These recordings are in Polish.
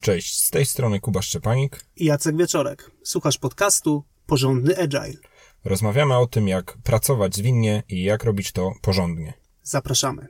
Cześć, z tej strony Kuba Szczepanik i Jacek Wieczorek. Słuchasz podcastu Porządny Agile. Rozmawiamy o tym, jak pracować zwinnie i jak robić to porządnie. Zapraszamy.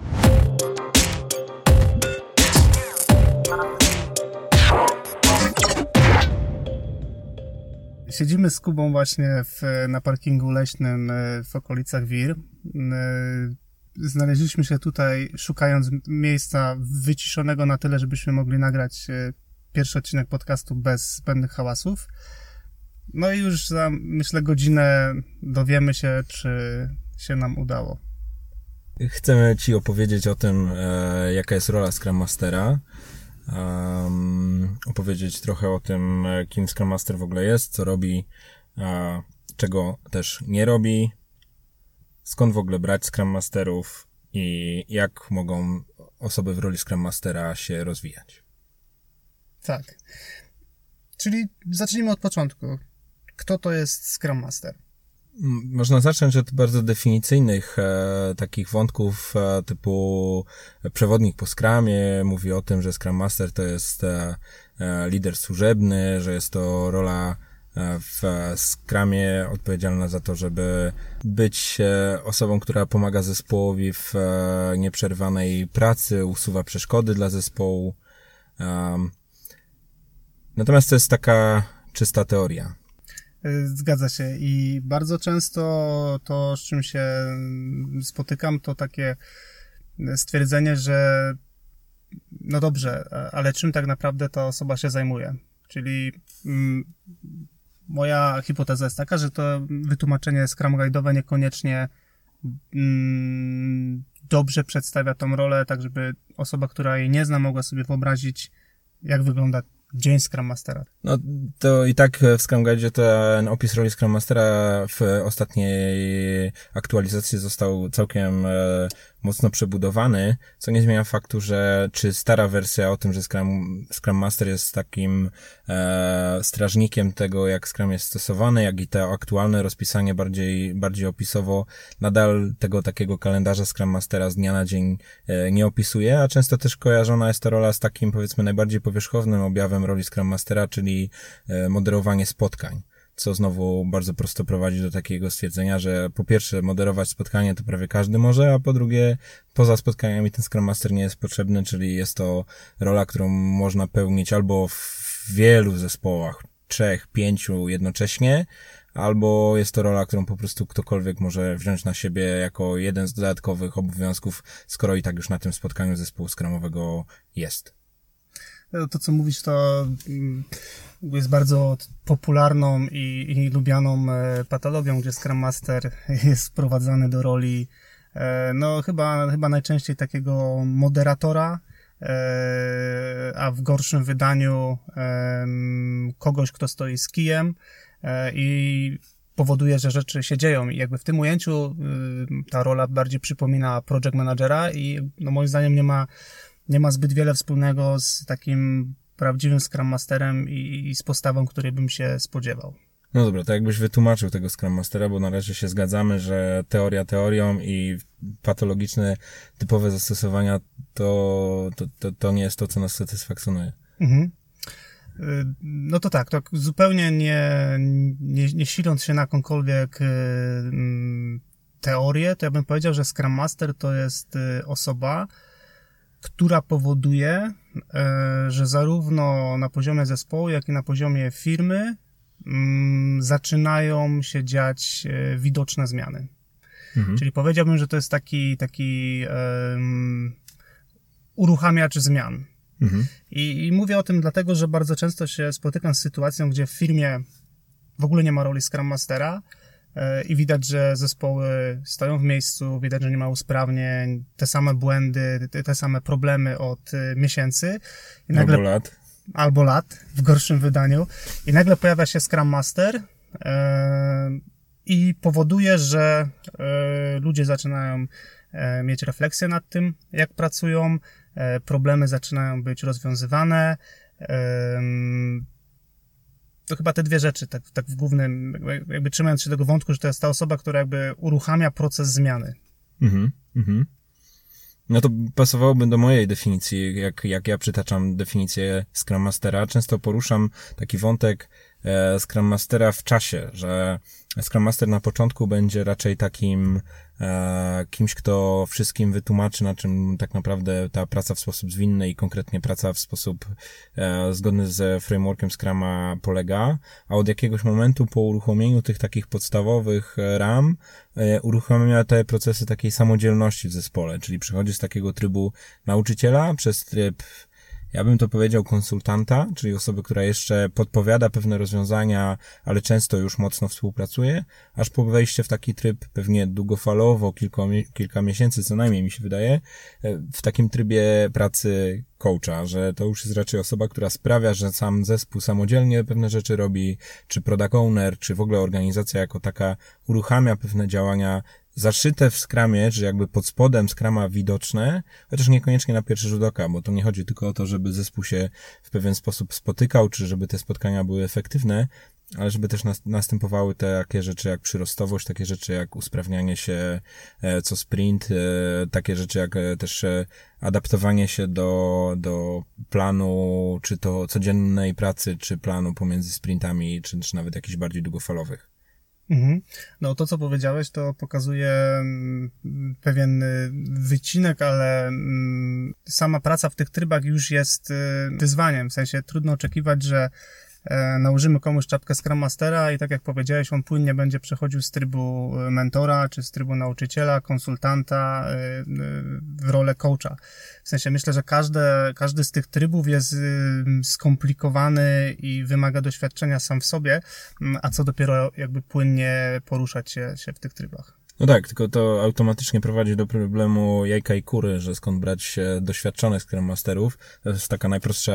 Siedzimy z Kubą właśnie na parkingu leśnym w okolicach Wir. Znaleźliśmy się tutaj, szukając miejsca wyciszonego na tyle, żebyśmy mogli nagrać pierwszy odcinek podcastu bez zbędnych hałasów. No i już za, myślę, godzinę dowiemy się, czy się nam udało. Chcemy Ci opowiedzieć o tym, jaka jest rola Scrum Mastera. Opowiedzieć trochę o tym, kim Scrum Master w ogóle jest, co robi, czego też nie robi, skąd w ogóle brać Scrum Masterów i jak mogą osoby w roli Scrum Mastera się rozwijać. Tak. Czyli zacznijmy od początku. Kto to jest Scrum Master? Można zacząć od bardzo definicyjnych takich wątków typu przewodnik po Scrumie mówi o tym, że Scrum Master to jest lider służebny, że jest to rola w Scrumie odpowiedzialna za to, żeby być osobą, która pomaga zespołowi w nieprzerwanej pracy, usuwa przeszkody dla zespołu. Natomiast to jest taka czysta teoria. Zgadza się i bardzo często to, z czym się spotykam, to takie stwierdzenie, że no dobrze, ale czym tak naprawdę ta osoba się zajmuje? Czyli moja hipoteza jest taka, że to wytłumaczenie Scrum Guide'owe niekoniecznie dobrze przedstawia tą rolę, tak żeby osoba, która jej nie zna, mogła sobie wyobrazić, jak wygląda dzień Scrum Mastera. No to i tak w Scrum Guide ten opis roli Scrum Mastera w ostatniej aktualizacji został całkiem mocno przebudowany, co nie zmienia faktu, że czy stara wersja o tym, że Scrum Master jest takim strażnikiem tego, jak Scrum jest stosowany, jak i to aktualne rozpisanie bardziej opisowo nadal tego takiego kalendarza Scrum Mastera z dnia na dzień nie opisuje, a często też kojarzona jest ta rola z takim, powiedzmy, najbardziej powierzchownym objawem roli Scrum Mastera, czyli moderowanie spotkań, co znowu bardzo prosto prowadzi do takiego stwierdzenia, że po pierwsze moderować spotkanie to prawie każdy może, a po drugie poza spotkaniami ten Scrum Master nie jest potrzebny, czyli jest to rola, którą można pełnić albo w wielu zespołach, 3, 5 jednocześnie, albo jest to rola, którą po prostu ktokolwiek może wziąć na siebie jako jeden z dodatkowych obowiązków, skoro i tak już na tym spotkaniu zespołu scrumowego jest. To, co mówisz, to jest bardzo popularną i lubianą patologią, gdzie Scrum Master jest wprowadzany do roli, no chyba najczęściej takiego moderatora, a w gorszym wydaniu kogoś, kto stoi z kijem i powoduje, że rzeczy się dzieją. I jakby w tym ujęciu ta rola bardziej przypomina project managera i no moim zdaniem nie ma zbyt wiele wspólnego z takim prawdziwym Scrum Masterem i z postawą, której bym się spodziewał. No dobra, to jakbyś wytłumaczył tego Scrum Mastera, bo na razie się zgadzamy, że teoria teorią i patologiczne, typowe zastosowania to nie jest to, co nas satysfakcjonuje. Mhm. No to tak, to zupełnie nie siląc się na jakąkolwiek teorię, to ja bym powiedział, że Scrum Master to jest osoba, która powoduje, że zarówno na poziomie zespołu, jak i na poziomie firmy zaczynają się dziać widoczne zmiany. Mhm. Czyli powiedziałbym, że to jest taki uruchamiacz zmian. Mhm. I mówię o tym dlatego, że bardzo często się spotykam z sytuacją, gdzie w firmie w ogóle nie ma roli Scrum Mastera, i widać, że zespoły stoją w miejscu, widać, że nie ma usprawnień, te same błędy, te same problemy od miesięcy. I nagle, albo lat, w gorszym wydaniu. I nagle pojawia się Scrum Master i powoduje, że ludzie zaczynają mieć refleksję nad tym, jak pracują, problemy zaczynają być rozwiązywane. To chyba te dwie rzeczy, tak w głównym, jakby trzymając się tego wątku, że to jest ta osoba, która jakby uruchamia proces zmiany. No to pasowałoby do mojej definicji, jak ja przytaczam definicję Scrum Mastera. Często poruszam taki wątek Scrum Mastera w czasie, że Scrum Master na początku będzie raczej takim kimś, kto wszystkim wytłumaczy, na czym tak naprawdę ta praca w sposób zwinny i konkretnie praca w sposób zgodny ze frameworkiem Scruma polega, a od jakiegoś momentu po uruchomieniu tych takich podstawowych ram uruchamia te procesy takiej samodzielności w zespole, czyli przechodzi z takiego trybu nauczyciela przez tryb, ja bym to powiedział, konsultanta, czyli osoby, która jeszcze podpowiada pewne rozwiązania, ale często już mocno współpracuje, aż po wejście w taki tryb pewnie długofalowo, kilka miesięcy co najmniej mi się wydaje, w takim trybie pracy coacha, że to już jest raczej osoba, która sprawia, że sam zespół samodzielnie pewne rzeczy robi, czy product owner, czy w ogóle organizacja jako taka uruchamia pewne działania zaszyte w Scrumie, czy jakby pod spodem Scruma widoczne, chociaż niekoniecznie na pierwszy rzut oka, bo to nie chodzi tylko o to, żeby zespół się w pewien sposób spotykał, czy żeby te spotkania były efektywne, ale żeby też następowały takie rzeczy jak przyrostowość, takie rzeczy jak usprawnianie się co sprint, takie rzeczy jak też adaptowanie się do planu, czy to codziennej pracy, czy planu pomiędzy sprintami, czy nawet jakichś bardziej długofalowych. No to, co powiedziałeś, to pokazuje pewien wycinek, ale sama praca w tych trybach już jest wyzwaniem. W sensie trudno oczekiwać, że nałożymy komuś czapkę Scrum Mastera i tak jak powiedziałeś, on płynnie będzie przechodził z trybu mentora, czy z trybu nauczyciela, konsultanta w rolę coacha. W sensie myślę, że każdy z tych trybów jest skomplikowany i wymaga doświadczenia sam w sobie, a co dopiero jakby płynnie poruszać się w tych trybach. No tak, tylko to automatycznie prowadzi do problemu jajka i kury, że skąd brać doświadczonych Scrum Masterów. To jest taka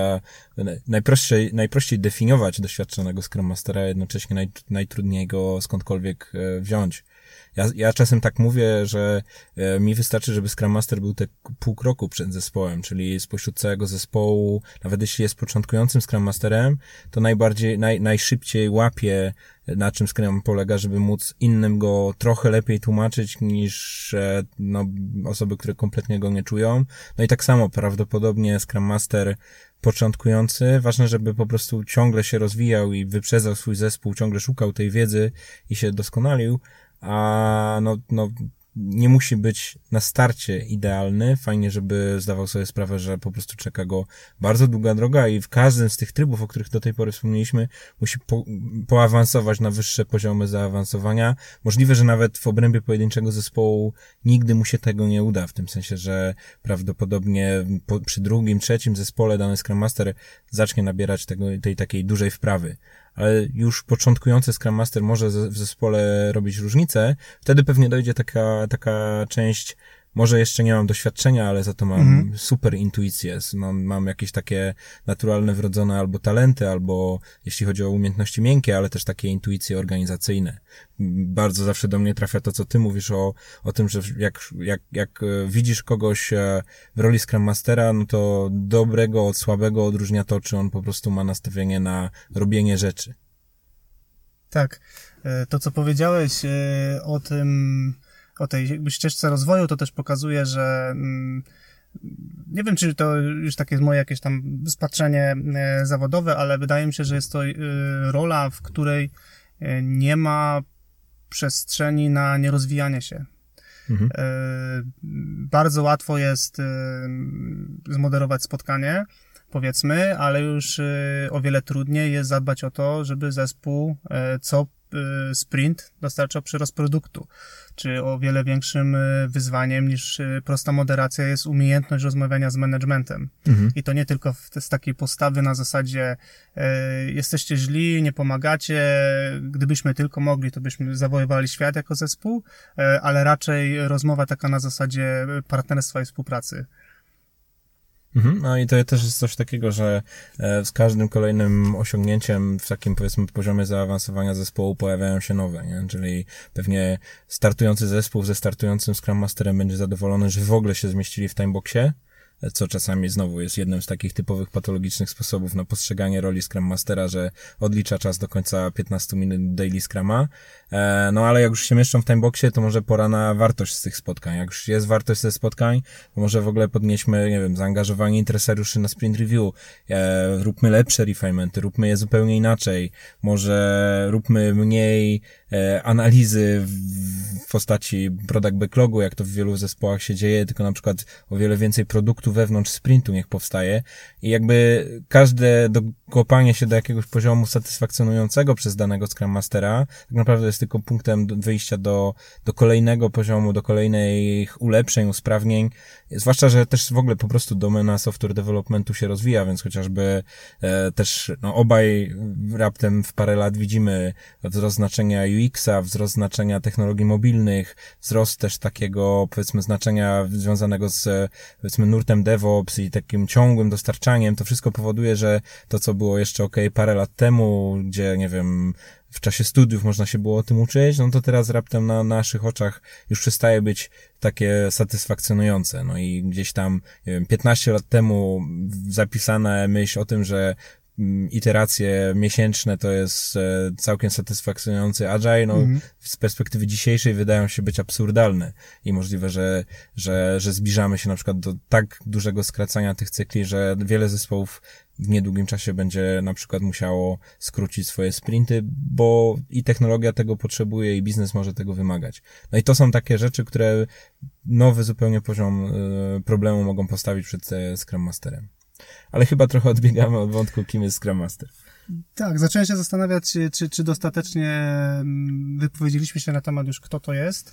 najprościej definiować doświadczonego Scrum Mastera, jednocześnie najtrudniej go skądkolwiek wziąć. Ja czasem tak mówię, że mi wystarczy, żeby Scrum Master był te pół kroku przed zespołem, czyli spośród całego zespołu, nawet jeśli jest początkującym Scrum Masterem, to najszybciej łapie, na czym Scrum polega, żeby móc innym go trochę lepiej tłumaczyć niż osoby, które kompletnie go nie czują. No i tak samo prawdopodobnie Scrum Master początkujący, ważne, żeby po prostu ciągle się rozwijał i wyprzedzał swój zespół, ciągle szukał tej wiedzy i się doskonalił, a nie musi być na starcie idealny. Fajnie, żeby zdawał sobie sprawę, że po prostu czeka go bardzo długa droga i w każdym z tych trybów, o których do tej pory wspomnieliśmy, musi poawansować na wyższe poziomy zaawansowania. Możliwe, że nawet w obrębie pojedynczego zespołu nigdy mu się tego nie uda, w tym sensie, że prawdopodobnie przy drugim, trzecim zespole dany Scrum Master zacznie nabierać tej takiej dużej wprawy. Ale już początkujący Scrum Master może w zespole robić różnicę, wtedy pewnie dojdzie taka część, może jeszcze nie mam doświadczenia, ale za to mam super intuicję, mam jakieś takie naturalne, wrodzone albo talenty, albo jeśli chodzi o umiejętności miękkie, ale też takie intuicje organizacyjne. Bardzo zawsze do mnie trafia to, co ty mówisz o tym, że jak widzisz kogoś w roli Scrum Mastera, no to dobrego od słabego odróżnia to, czy on po prostu ma nastawienie na robienie rzeczy. Tak. To, co powiedziałeś o tej jakby ścieżce rozwoju, to też pokazuje, że nie wiem, czy to już takie jest moje jakieś tam spatrzenie zawodowe, ale wydaje mi się, że jest to rola, w której nie ma przestrzeni na nierozwijanie się. Bardzo łatwo jest zmoderować spotkanie, powiedzmy, ale już o wiele trudniej jest zadbać o to, żeby zespół co sprint dostarczał przyrost produktu, czy o wiele większym wyzwaniem niż prosta moderacja jest umiejętność rozmawiania z managementem. I to nie tylko z takiej postawy na zasadzie jesteście źli, nie pomagacie, gdybyśmy tylko mogli, to byśmy zawojowali świat jako zespół, ale raczej rozmowa taka na zasadzie partnerstwa i współpracy. No i to też jest coś takiego, że z każdym kolejnym osiągnięciem w takim, powiedzmy, poziomie zaawansowania zespołu pojawiają się nowe, nie? Czyli pewnie startujący zespół ze startującym Scrum Masterem będzie zadowolony, że w ogóle się zmieścili w timeboxie, co czasami znowu jest jednym z takich typowych patologicznych sposobów na postrzeganie roli Scrum Mastera, że odlicza czas do końca 15 minut daily Scruma. No ale jak już się mieszczą w timeboxie, to może pora na wartość z tych spotkań. Jak już jest wartość ze spotkań, to może w ogóle podnieśmy, nie wiem, zaangażowanie interesariuszy na sprint review. Róbmy lepsze refinementy, róbmy je zupełnie inaczej. Może róbmy mniej analizy w postaci product backlogu, jak to w wielu zespołach się dzieje, tylko na przykład o wiele więcej produktu wewnątrz sprintu niech powstaje i jakby każde dokopanie się do jakiegoś poziomu satysfakcjonującego przez danego Scrum Mastera tak naprawdę jest tylko punktem wyjścia do kolejnego poziomu, do kolejnych ulepszeń, usprawnień, zwłaszcza, że też w ogóle po prostu domena software developmentu się rozwija, więc chociażby też obaj raptem w parę lat widzimy wzrost znaczenia UX-a, wzrost znaczenia technologii mobilnych, wzrost też takiego, powiedzmy, znaczenia związanego z, powiedzmy, nurtem DevOps i takim ciągłym dostarczaniem. To wszystko powoduje, że to, co było jeszcze parę lat temu, gdzie, nie wiem, w czasie studiów można się było o tym uczyć, no to teraz raptem na naszych oczach już przestaje być takie satysfakcjonujące. No i gdzieś tam, nie wiem, 15 lat temu zapisana myśl o tym, że iteracje miesięczne to jest całkiem satysfakcjonujący agile, no z perspektywy dzisiejszej wydają się być absurdalne i możliwe, że zbliżamy się na przykład do tak dużego skracania tych cykli, że wiele zespołów w niedługim czasie będzie na przykład musiało skrócić swoje sprinty, bo i technologia tego potrzebuje i biznes może tego wymagać. No i to są takie rzeczy, które nowy zupełnie poziom problemu mogą postawić przed Scrum Masterem. Ale chyba trochę odbiegamy od wątku, kim jest Scrum Master. Tak, zacząłem się zastanawiać, czy dostatecznie wypowiedzieliśmy się na temat już, kto to jest.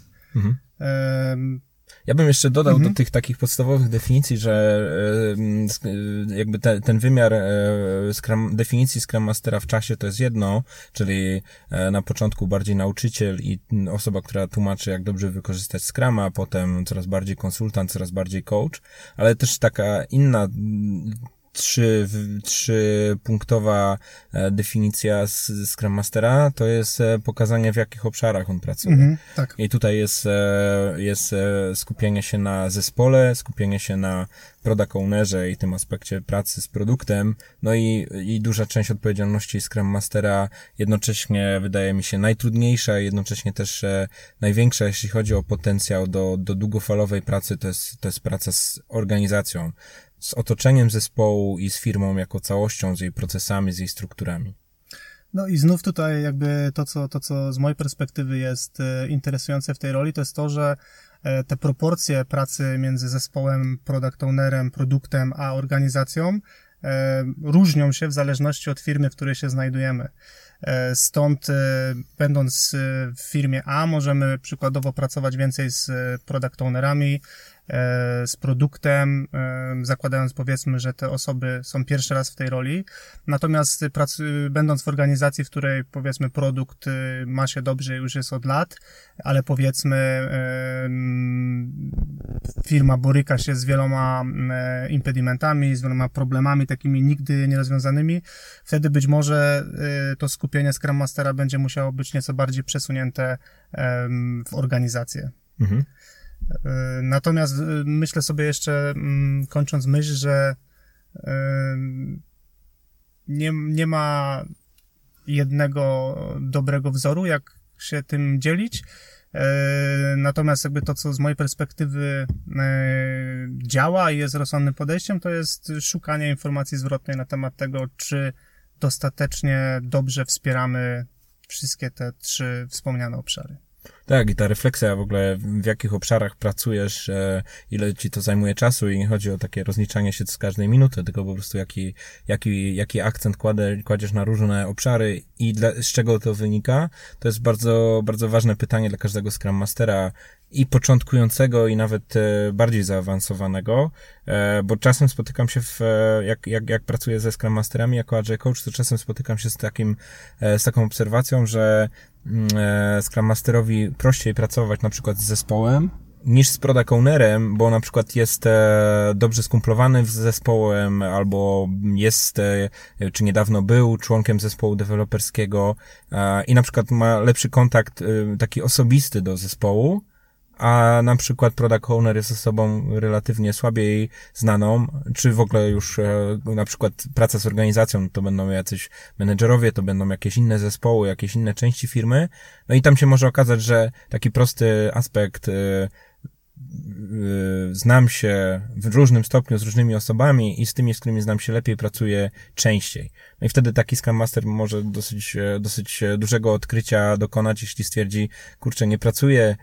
Ja bym jeszcze dodał do tych takich podstawowych definicji, że jakby ten wymiar definicji Scrum Mastera w czasie to jest jedno, czyli na początku bardziej nauczyciel i osoba, która tłumaczy, jak dobrze wykorzystać Scruma, potem coraz bardziej konsultant, coraz bardziej coach, ale też taka inna trzypunktowa definicja Scrum Mastera to jest pokazanie, w jakich obszarach on pracuje. Tak. I tutaj jest skupienie się na zespole, skupienie się na product ownerze i tym aspekcie pracy z produktem, no i duża część odpowiedzialności Scrum Mastera jednocześnie wydaje mi się najtrudniejsza, jednocześnie też największa, jeśli chodzi o potencjał do długofalowej pracy, to jest praca z organizacją, z otoczeniem zespołu i z firmą jako całością, z jej procesami, z jej strukturami. No i znów tutaj jakby to, co z mojej perspektywy jest interesujące w tej roli, to jest to, że te proporcje pracy między zespołem, product ownerem, produktem, a organizacją różnią się w zależności od firmy, w której się znajdujemy. Stąd będąc w firmie A możemy przykładowo pracować więcej z product ownerami, z produktem, zakładając powiedzmy, że te osoby są pierwszy raz w tej roli. Natomiast będąc w organizacji, w której powiedzmy produkt ma się dobrze już jest od lat, ale powiedzmy firma boryka się z wieloma impedimentami, z wieloma problemami takimi nigdy nierozwiązanymi, wtedy być może to skupienie Scrum Mastera będzie musiało być nieco bardziej przesunięte w organizację. Natomiast myślę sobie jeszcze, kończąc myśl, że nie ma jednego dobrego wzoru, jak się tym dzielić. Natomiast jakby to, co z mojej perspektywy działa i jest rozsądnym podejściem, to jest szukanie informacji zwrotnej na temat tego, czy dostatecznie dobrze wspieramy wszystkie te 3 wspomniane obszary. Tak, i ta refleksja w ogóle, w jakich obszarach pracujesz, ile ci to zajmuje czasu i nie chodzi o takie rozliczanie się z każdej minuty, tylko po prostu jaki akcent kładziesz na różne obszary i z czego to wynika, to jest bardzo, bardzo ważne pytanie dla każdego Scrum Mastera i początkującego i nawet bardziej zaawansowanego, bo czasem spotykam się jak pracuję ze Scrum Masterami jako Agile Coach, to czasem spotykam się z taką obserwacją, że Scrum Masterowi prościej pracować na przykład z zespołem niż z product ownerem, bo na przykład jest dobrze skumplowany z zespołem albo jest, czy niedawno był członkiem zespołu deweloperskiego i na przykład ma lepszy kontakt taki osobisty do zespołu, a na przykład product owner jest osobą relatywnie słabiej znaną, czy w ogóle już na przykład praca z organizacją, to będą jacyś menedżerowie, to będą jakieś inne zespoły, jakieś inne części firmy, no i tam się może okazać, że taki prosty aspekt znam się w różnym stopniu z różnymi osobami i z tymi, z którymi znam się lepiej, pracuję częściej. No i wtedy taki Scrum Master może dosyć dużego odkrycia dokonać, jeśli stwierdzi, kurczę, nie pracuję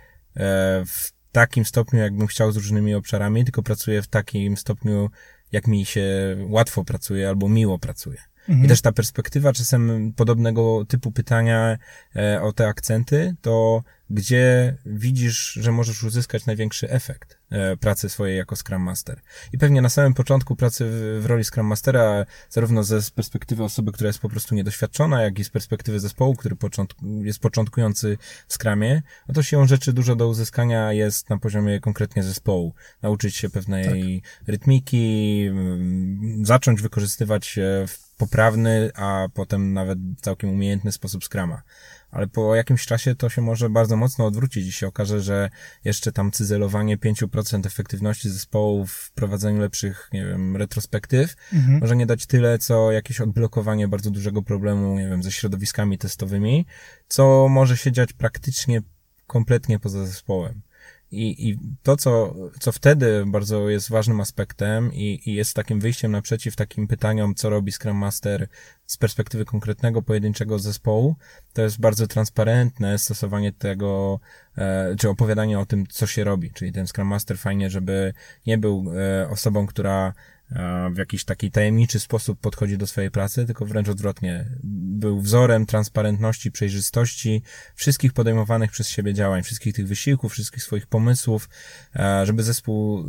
w takim stopniu, jakbym chciał z różnymi obszarami, tylko pracuję w takim stopniu, jak mi się łatwo pracuje albo miło pracuje. I też ta perspektywa czasem podobnego typu pytania o te akcenty, to gdzie widzisz, że możesz uzyskać największy efekt pracy swojej jako Scrum Master. I pewnie na samym początku pracy w roli Scrum Mastera, zarówno z perspektywy osoby, która jest po prostu niedoświadczona, jak i z perspektywy zespołu, który jest początkujący w Scrumie, no to siłą rzeczy dużo do uzyskania jest na poziomie konkretnie zespołu. Nauczyć się pewnej rytmiki, zacząć wykorzystywać poprawny, a potem nawet w całkiem umiejętny sposób Scruma. Ale po jakimś czasie to się może bardzo mocno odwrócić i się okaże, że jeszcze tam cyzelowanie 5% efektywności zespołu w prowadzeniu lepszych, nie wiem, retrospektyw może nie dać tyle, co jakieś odblokowanie bardzo dużego problemu, nie wiem, ze środowiskami testowymi, co może się dziać praktycznie kompletnie poza zespołem. I to, co wtedy bardzo jest ważnym aspektem i jest takim wyjściem naprzeciw takim pytaniom, co robi Scrum Master z perspektywy konkretnego, pojedynczego zespołu, to jest bardzo transparentne stosowanie tego, czy opowiadanie o tym, co się robi. Czyli ten Scrum Master fajnie, żeby nie był osobą, która w jakiś taki tajemniczy sposób podchodzi do swojej pracy, tylko wręcz odwrotnie. Był wzorem transparentności, przejrzystości wszystkich podejmowanych przez siebie działań, wszystkich tych wysiłków, wszystkich swoich pomysłów, żeby zespół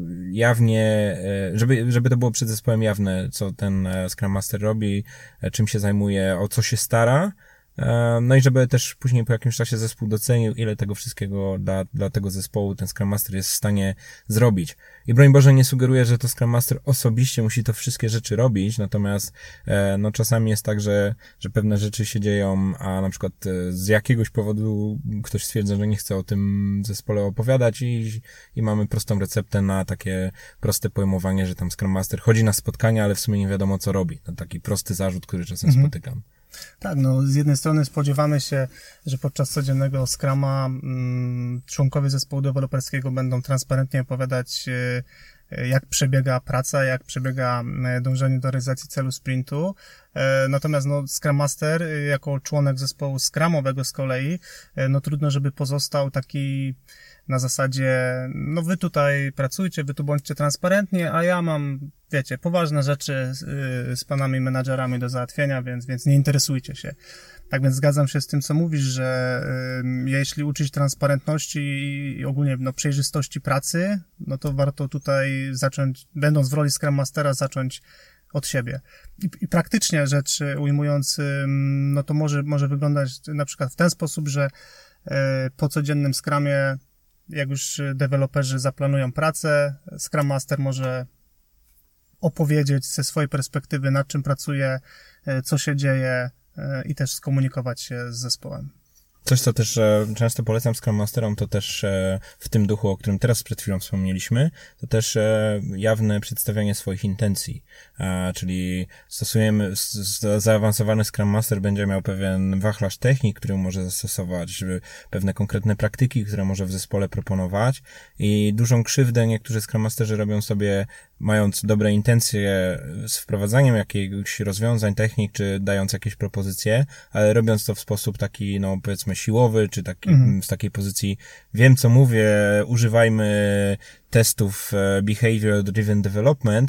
jawnie, żeby to było przed zespołem jawne, co ten Scrum Master robi, czym się zajmuje, o co się stara. No i żeby też później po jakimś czasie zespół docenił, ile tego wszystkiego dla tego zespołu ten Scrum Master jest w stanie zrobić. I broń Boże nie sugeruję, że to Scrum Master osobiście musi to wszystkie rzeczy robić, natomiast no czasami jest tak, że pewne rzeczy się dzieją, a na przykład z jakiegoś powodu ktoś stwierdza, że nie chce o tym zespole opowiadać i mamy prostą receptę na takie proste pojmowanie, że tam Scrum Master chodzi na spotkania, ale w sumie nie wiadomo co robi. To taki prosty zarzut, który czasem spotykam. Tak, no z jednej strony spodziewamy się, że podczas codziennego Scruma członkowie zespołu deweloperskiego będą transparentnie opowiadać, jak przebiega praca, jak przebiega dążenie do realizacji celu sprintu. Natomiast no, Scrum Master jako członek zespołu scrumowego z kolei, no trudno, żeby pozostał taki na zasadzie, no wy tutaj pracujcie, wy tu bądźcie transparentni, a ja mam, wiecie, poważne rzeczy z panami menadżerami do załatwienia, więc nie interesujcie się. Tak więc zgadzam się z tym, co mówisz, że jeśli uczyć transparentności i ogólnie no, przejrzystości pracy, no to warto tutaj zacząć, będąc w roli Scrum Mastera, zacząć od siebie. I praktycznie rzecz ujmując, no to może wyglądać na przykład w ten sposób, że po codziennym Scrumie, jak już deweloperzy zaplanują pracę, Scrum Master może opowiedzieć ze swojej perspektywy, nad czym pracuje, co się dzieje i też skomunikować się z zespołem. Coś, co też często polecam Scrum Masterom, to też w tym duchu, o którym teraz przed chwilą wspomnieliśmy, to też jawne przedstawianie swoich intencji. Czyli zaawansowany Scrum Master będzie miał pewien wachlarz technik, który może zastosować, pewne konkretne praktyki, które może w zespole proponować i dużą krzywdę niektórzy Scrum Masterzy robią sobie, mając dobre intencje z wprowadzaniem jakichś rozwiązań, technik, czy dając jakieś propozycje, ale robiąc to w sposób taki, no powiedzmy siłowy, czy taki, z takiej pozycji wiem co mówię, używajmy testów behavior driven development,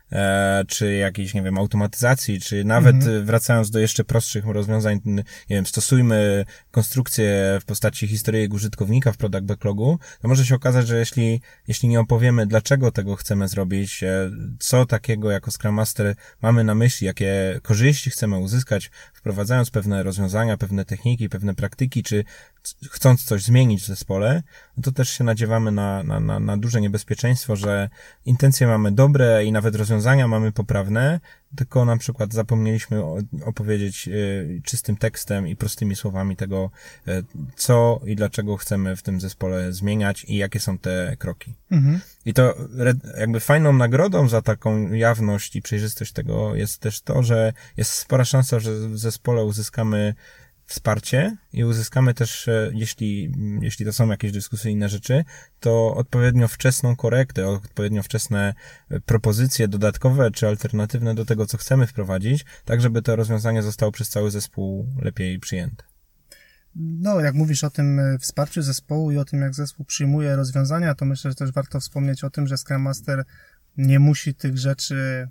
czy jakiejś, nie wiem, automatyzacji, czy nawet wracając do jeszcze prostszych rozwiązań, nie wiem, stosujmy konstrukcję w postaci historyjek użytkownika w product backlogu, to może się okazać, że jeśli nie opowiemy, dlaczego tego chcemy zrobić, co takiego jako Scrum Master mamy na myśli, jakie korzyści chcemy uzyskać, wprowadzając pewne rozwiązania, pewne techniki, pewne praktyki, czy chcąc coś zmienić w zespole, no to też się nadziewamy na duże niebezpieczeństwo, że intencje mamy dobre i nawet rozwiązania mamy poprawne, tylko na przykład zapomnieliśmy opowiedzieć czystym tekstem i prostymi słowami tego, co i dlaczego chcemy w tym zespole zmieniać i jakie są te kroki. I to jakby fajną nagrodą za taką jawność i przejrzystość tego jest też to, że jest spora szansa, że w zespole uzyskamy wsparcie i uzyskamy też, jeśli to są jakieś dyskusyjne rzeczy, to odpowiednio wczesną korektę, odpowiednio wczesne propozycje dodatkowe czy alternatywne do tego, co chcemy wprowadzić, tak żeby to rozwiązanie zostało przez cały zespół lepiej przyjęte. No, jak mówisz o tym wsparciu zespołu i o tym, jak zespół przyjmuje rozwiązania, to myślę, że też warto wspomnieć o tym, że Scrum Master nie musi tych rzeczy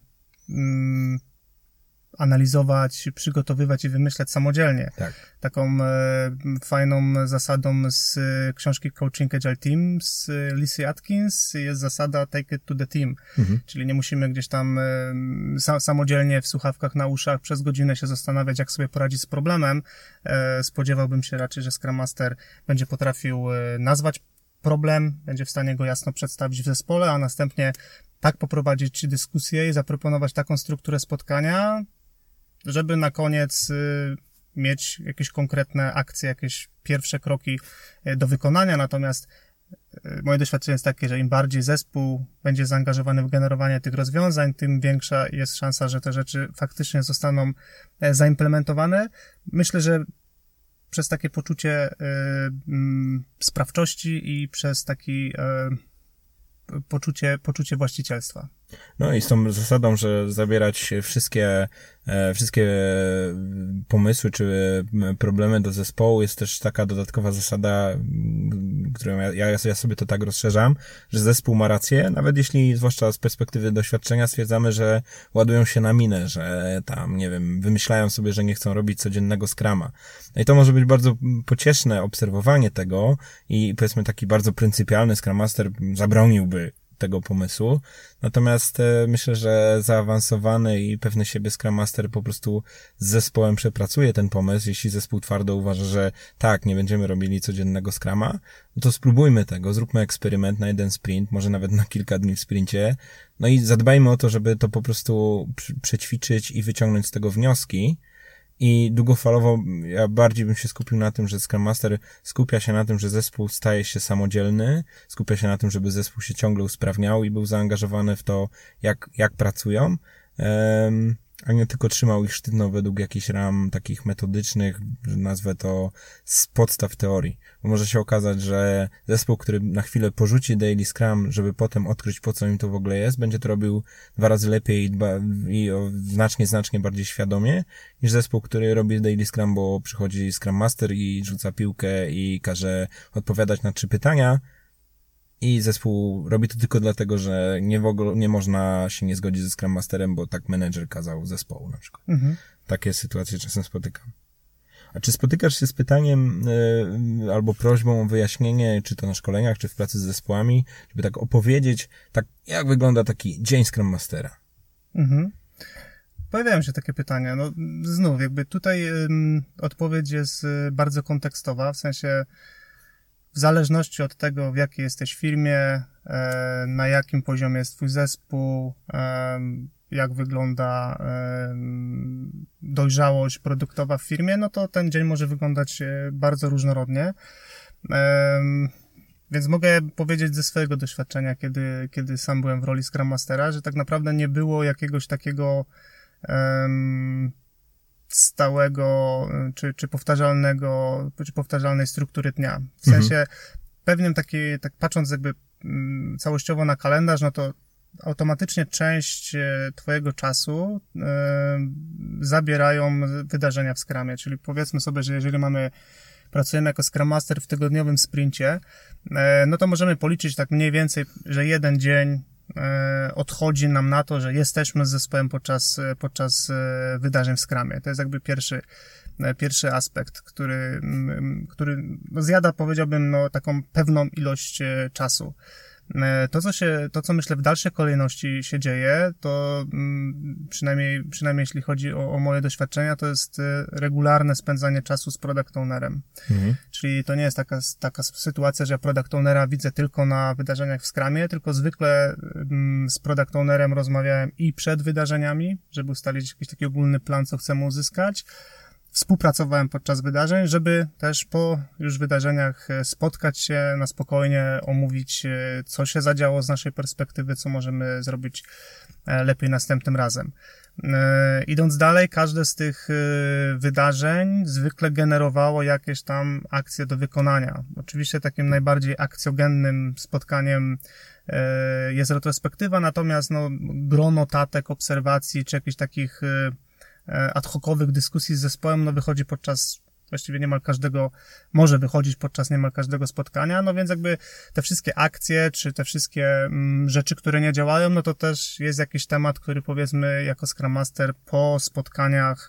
analizować, przygotowywać i wymyślać samodzielnie. Tak. Taką fajną zasadą z książki Coaching Agile Team z Lissy Atkins jest zasada take it to the team. Czyli nie musimy gdzieś tam samodzielnie w słuchawkach na uszach przez godzinę się zastanawiać, jak sobie poradzić z problemem. Spodziewałbym się raczej, że Scrum Master będzie potrafił nazwać problem, będzie w stanie go jasno przedstawić w zespole, a następnie tak poprowadzić dyskusję i zaproponować taką strukturę spotkania, żeby na koniec mieć jakieś konkretne akcje, jakieś pierwsze kroki do wykonania. Natomiast moje doświadczenie jest takie, że im bardziej zespół będzie zaangażowany w generowanie tych rozwiązań, tym większa jest szansa, że te rzeczy faktycznie zostaną zaimplementowane. Myślę, że przez takie poczucie sprawczości i przez taki poczucie właścicielstwa. No i z tą zasadą, że zabierać wszystkie pomysły czy problemy do zespołu jest też taka dodatkowa zasada, którą ja sobie to tak rozszerzam, że zespół ma rację, nawet jeśli, zwłaszcza z perspektywy doświadczenia, stwierdzamy, że ładują się na minę, że tam, nie wiem, wymyślają sobie, że nie chcą robić codziennego Scruma. No i to może być bardzo pocieszne obserwowanie tego i powiedzmy taki bardzo pryncypialny Scrum Master zabroniłby tego pomysłu. Natomiast myślę, że zaawansowany i pewny siebie Scrum Master po prostu z zespołem przepracuje ten pomysł. Jeśli zespół twardo uważa, że tak, nie będziemy robili codziennego Scruma, no to spróbujmy tego, zróbmy eksperyment na jeden sprint, może nawet na kilka dni w sprincie, no i zadbajmy o to, żeby to po prostu przećwiczyć i wyciągnąć z tego wnioski. I długofalowo ja bardziej bym się skupił na tym, że Scrum Master skupia się na tym, że zespół staje się samodzielny, skupia się na tym, żeby zespół się ciągle usprawniał i był zaangażowany w to, jak pracują, a nie tylko trzymał ich sztywno według jakichś ram takich metodycznych, że nazwę to z podstaw teorii. Bo może się okazać, że zespół, który na chwilę porzuci Daily Scrum, żeby potem odkryć, po co im to w ogóle jest, będzie to robił 2 razy lepiej i znacznie bardziej świadomie, niż zespół, który robi Daily Scrum, bo przychodzi Scrum Master i rzuca piłkę i każe odpowiadać na 3 pytania, i zespół robi to tylko dlatego, że nie można się nie zgodzić ze Scrum Masterem, bo tak menedżer kazał zespołu na przykład. Takie sytuacje czasem spotykam. A czy spotykasz się z pytaniem albo prośbą o wyjaśnienie, czy to na szkoleniach, czy w pracy z zespołami, żeby tak opowiedzieć, tak jak wygląda taki dzień Scrum Mastera? Pojawiają się takie pytania. No znów, jakby tutaj odpowiedź jest bardzo kontekstowa, w sensie w zależności od tego, w jakiej jesteś firmie, na jakim poziomie jest twój zespół, jak wygląda dojrzałość produktowa w firmie, no to ten dzień może wyglądać bardzo różnorodnie. Więc mogę powiedzieć ze swojego doświadczenia, kiedy sam byłem w roli Scrum Mastera, że tak naprawdę nie było jakiegoś takiego stałego, czy powtarzalnej struktury dnia. W sensie pewnym tak patrząc jakby całościowo na kalendarz, no to automatycznie część twojego czasu zabierają wydarzenia w Scrumie, czyli powiedzmy sobie, że jeżeli pracujemy jako Scrum Master w tygodniowym sprincie, no to możemy policzyć tak mniej więcej, że jeden dzień odchodzi nam na to, że jesteśmy z zespołem podczas wydarzeń w Scrumie. To jest jakby pierwszy aspekt, który zjada, powiedziałbym, no, taką pewną ilość czasu. To, co myślę w dalszej kolejności się dzieje, to przynajmniej jeśli chodzi o moje doświadczenia, to jest regularne spędzanie czasu z product ownerem. Czyli to nie jest taka sytuacja, że ja product ownera widzę tylko na wydarzeniach w Scrumie, tylko zwykle z product ownerem rozmawiałem i przed wydarzeniami, żeby ustalić jakiś taki ogólny plan, co chcemy uzyskać. Współpracowałem podczas wydarzeń, żeby też po już wydarzeniach spotkać się na spokojnie, omówić, co się zadziało z naszej perspektywy, co możemy zrobić lepiej następnym razem. Idąc dalej, każde z tych wydarzeń zwykle generowało jakieś tam akcje do wykonania. Oczywiście takim najbardziej akcjogennym spotkaniem jest retrospektywa, może gro notatek, obserwacji, czy jakichś takich ad hocowych dyskusji z zespołem, wychodzi może wychodzić podczas niemal każdego spotkania, więc jakby te wszystkie akcje, czy te wszystkie rzeczy, które nie działają, to też jest jakiś temat, który powiedzmy jako Scrum Master po spotkaniach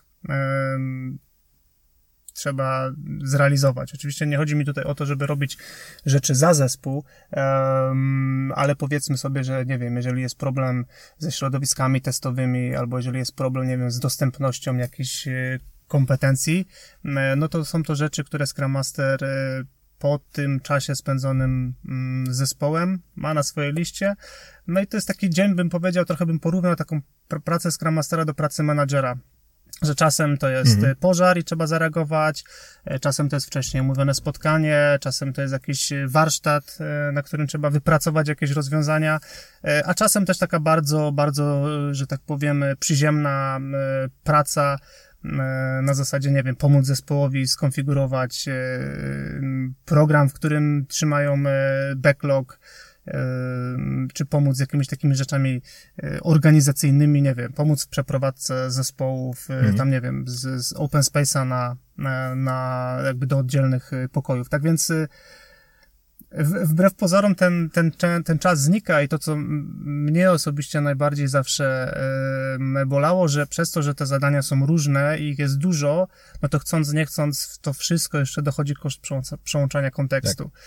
trzeba zrealizować. Oczywiście nie chodzi mi tutaj o to, żeby robić rzeczy za zespół, ale powiedzmy sobie, że nie wiem, jeżeli jest problem ze środowiskami testowymi, albo jeżeli jest problem, nie wiem, z dostępnością jakichś kompetencji, to są to rzeczy, które Scrum Master po tym czasie spędzonym z zespołem ma na swojej liście. I to jest taki dzień, bym powiedział, trochę bym porównał taką pracę Scrum Mastera do pracy menadżera. Że czasem to jest pożar i trzeba zareagować, czasem to jest wcześniej umówione spotkanie, czasem to jest jakiś warsztat, na którym trzeba wypracować jakieś rozwiązania, a czasem też taka bardzo, bardzo, że tak powiem, przyziemna praca na zasadzie, nie wiem, pomóc zespołowi skonfigurować program, w którym trzymają backlog, czy pomóc z jakimiś takimi rzeczami organizacyjnymi, nie wiem, pomóc w przeprowadzce zespołów, tam nie wiem, z open space'a na jakby do oddzielnych pokojów. Tak więc wbrew pozorom ten czas znika i to, co mnie osobiście najbardziej zawsze bolało, że przez to, że te zadania są różne i ich jest dużo, to chcąc, nie chcąc, w to wszystko jeszcze dochodzi koszt przełączania kontekstu. Tak.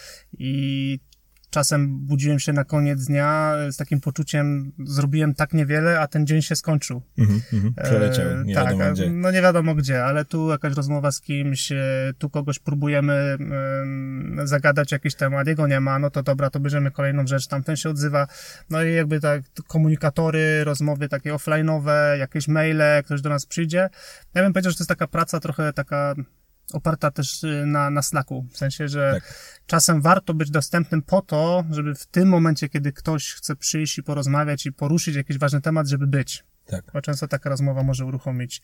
I czasem budziłem się na koniec dnia z takim poczuciem, zrobiłem tak niewiele, a ten dzień się skończył. Przeleciał, nie wiadomo gdzie. No nie wiadomo gdzie, ale tu jakaś rozmowa z kimś, tu kogoś próbujemy zagadać jakiś temat, jego nie ma, to dobra, to bierzemy kolejną rzecz, tamten się odzywa. I jakby tak komunikatory, rozmowy takie offline'owe, jakieś maile, ktoś do nas przyjdzie. Ja bym powiedział, że to jest taka praca trochę taka oparta też na Slacku, w sensie, że czasem warto być dostępnym po to, żeby w tym momencie, kiedy ktoś chce przyjść i porozmawiać i poruszyć jakiś ważny temat, żeby być. Tak. Bo często taka rozmowa może uruchomić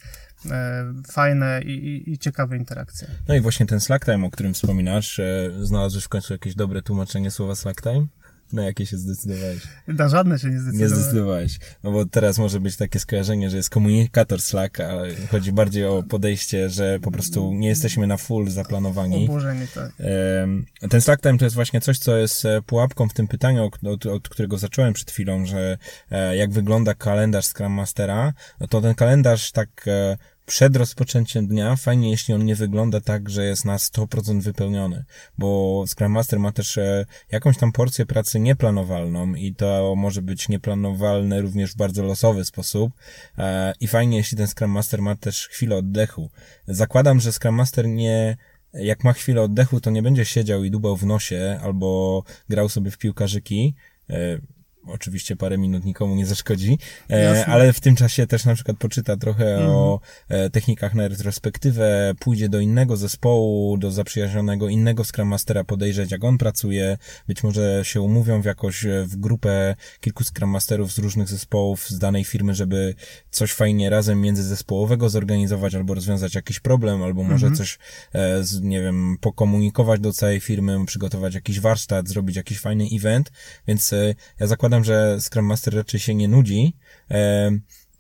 fajne i ciekawe interakcje. No i właśnie ten Slack Time, o którym wspominasz, znalazłeś w końcu jakieś dobre tłumaczenie słowa Slack Time? Na jakie się zdecydowałeś? Na żadne się nie zdecydowałem. Nie zdecydowałeś. Bo teraz może być takie skojarzenie, że jest komunikator Slack, ale chodzi bardziej o podejście, że po prostu nie jesteśmy na full zaplanowani. Oburzeni, tak. Ten Slack Time to jest właśnie coś, co jest pułapką w tym pytaniu, od którego zacząłem przed chwilą, że jak wygląda kalendarz Scrum Mastera, to ten kalendarz tak przed rozpoczęciem dnia fajnie, jeśli on nie wygląda tak, że jest na 100% wypełniony, bo Scrum Master ma też jakąś tam porcję pracy nieplanowalną i to może być nieplanowalne również w bardzo losowy sposób i fajnie, jeśli ten Scrum Master ma też chwilę oddechu. Zakładam, że Scrum Master jak ma chwilę oddechu, to nie będzie siedział i dubał w nosie albo grał sobie w piłkarzyki, oczywiście parę minut nikomu nie zaszkodzi, ale w tym czasie też na przykład poczyta trochę o technikach na retrospektywę, pójdzie do innego zespołu, do zaprzyjaźnionego innego Scrum Mastera, podejrzeć jak on pracuje, być może się umówią w grupę kilku Scrum Masterów z różnych zespołów z danej firmy, żeby coś fajnie razem międzyzespołowego zorganizować albo rozwiązać jakiś problem, albo może coś, nie wiem, pokomunikować do całej firmy, przygotować jakiś warsztat, zrobić jakiś fajny event, więc ja zakładam, że Scrum Master raczej się nie nudzi.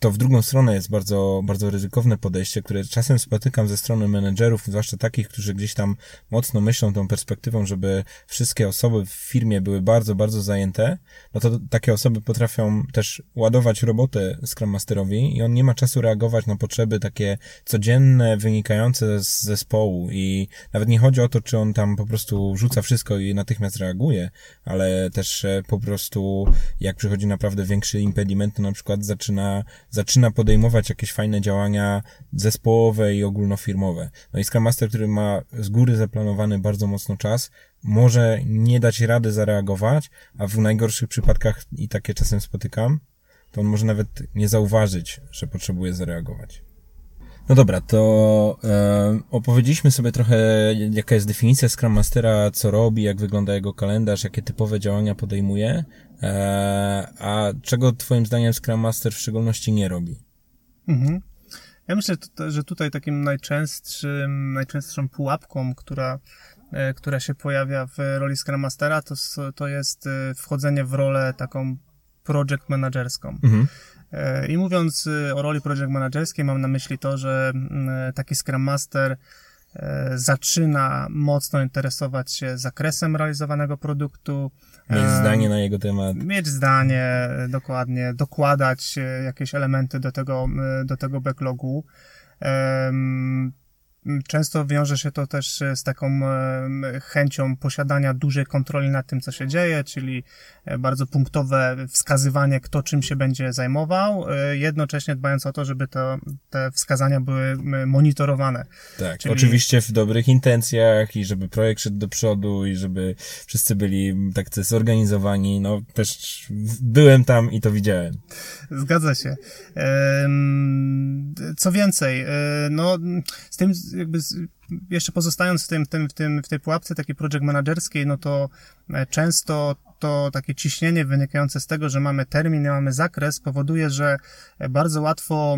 to w drugą stronę jest bardzo, bardzo ryzykowne podejście, które czasem spotykam ze strony menedżerów, zwłaszcza takich, którzy gdzieś tam mocno myślą tą perspektywą, żeby wszystkie osoby w firmie były bardzo, bardzo zajęte, no to takie osoby potrafią też ładować robotę Scrum Masterowi i on nie ma czasu reagować na potrzeby takie codzienne, wynikające z zespołu i nawet nie chodzi o to, czy on tam po prostu rzuca wszystko i natychmiast reaguje, ale też po prostu jak przychodzi naprawdę większy impediment, to na przykład zaczyna podejmować jakieś fajne działania zespołowe i ogólnofirmowe. No i Scrum Master, który ma z góry zaplanowany bardzo mocno czas, może nie dać rady zareagować, a w najgorszych przypadkach, i takie czasem spotykam, to on może nawet nie zauważyć, że potrzebuje zareagować. No dobra, to opowiedzieliśmy sobie trochę, jaka jest definicja Scrum Mastera, co robi, jak wygląda jego kalendarz, jakie typowe działania podejmuje, a czego twoim zdaniem Scrum Master w szczególności nie robi? Ja myślę, że tutaj takim najczęstszą pułapką, która się pojawia w roli Scrum Mastera, to jest wchodzenie w rolę taką project managerską. I mówiąc o roli project managerskiej, mam na myśli to, że taki Scrum Master zaczyna mocno interesować się zakresem realizowanego produktu. Mieć zdanie na jego temat. Mieć zdanie, dokładnie, dokładać jakieś elementy do tego backlogu. Często wiąże się to też z taką chęcią posiadania dużej kontroli nad tym, co się dzieje, czyli bardzo punktowe wskazywanie, kto czym się będzie zajmował, jednocześnie dbając o to, żeby te wskazania były monitorowane. Tak, czyli... oczywiście w dobrych intencjach i żeby projekt szedł do przodu i żeby wszyscy byli tak zorganizowani. No też byłem tam i to widziałem. Zgadza się. Co więcej, no z tym jakby jeszcze pozostając w tej pułapce takiej project managerskiej, no to często to takie ciśnienie wynikające z tego, że mamy termin, nie mamy zakres, powoduje, że bardzo łatwo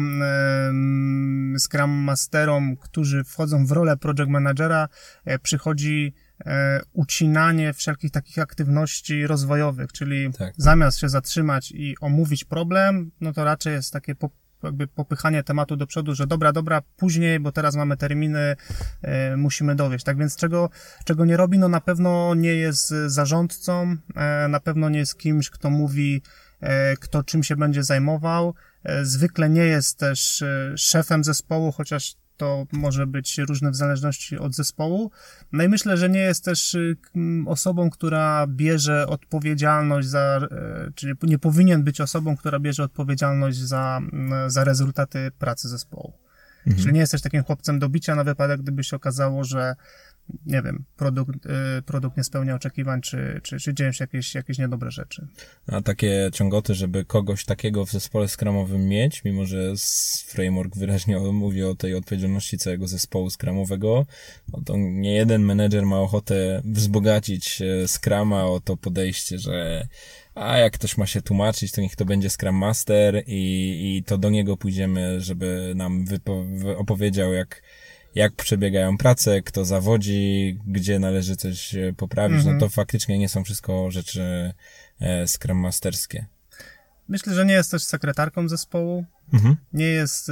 Scrum Masterom, którzy wchodzą w rolę project managera, przychodzi ucinanie wszelkich takich aktywności rozwojowych, czyli zamiast się zatrzymać i omówić problem, no to raczej jest takie jakby popychanie tematu do przodu, że dobra, później, bo teraz mamy terminy, musimy dowieść. Tak więc czego nie robi, no na pewno nie jest zarządcą, na pewno nie jest kimś, kto mówi, kto czym się będzie zajmował. Zwykle nie jest też szefem zespołu, chociaż to może być różne w zależności od zespołu. No i myślę, że nie jest też osobą, która bierze odpowiedzialność czyli nie powinien być osobą, która bierze odpowiedzialność za rezultaty pracy zespołu. Czyli nie jest też takim chłopcem do bicia na wypadek, gdyby się okazało, że nie wiem, produkt nie spełnia oczekiwań, czy dzieją się jakieś niedobre rzeczy. A takie ciągoty, żeby kogoś takiego w zespole scrumowym mieć, mimo że framework wyraźnie mówi o tej odpowiedzialności całego zespołu scrumowego, no to nie jeden menedżer ma ochotę wzbogacić Scruma o to podejście, że jak ktoś ma się tłumaczyć, to niech to będzie Scrum Master i to do niego pójdziemy, żeby nam opowiedział, jak przebiegają prace, kto zawodzi, gdzie należy coś poprawić, no to faktycznie nie są wszystko rzeczy Scrum Masterskie. Myślę, że nie jest też sekretarką zespołu, nie jest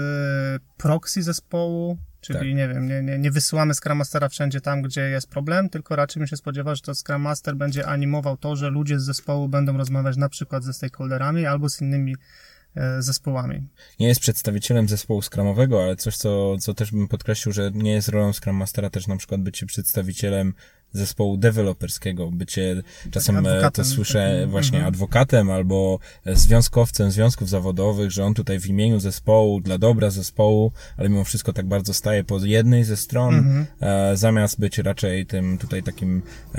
proxy zespołu, czyli nie wiem, nie wysyłamy Scrum Mastera wszędzie tam, gdzie jest problem, tylko raczej bym się spodziewał, że to Scrum Master będzie animował to, że ludzie z zespołu będą rozmawiać na przykład ze stakeholderami albo z innymi zespołami. Nie jest przedstawicielem zespołu scrumowego, ale coś, co też bym podkreślił, że nie jest rolą Scrum Mastera też na przykład bycie przedstawicielem zespołu deweloperskiego, bycie czasem to słyszę właśnie adwokatem albo związkowcem związków zawodowych, że on tutaj w imieniu zespołu, dla dobra zespołu, ale mimo wszystko tak bardzo staje po jednej ze stron, zamiast być raczej tym tutaj takim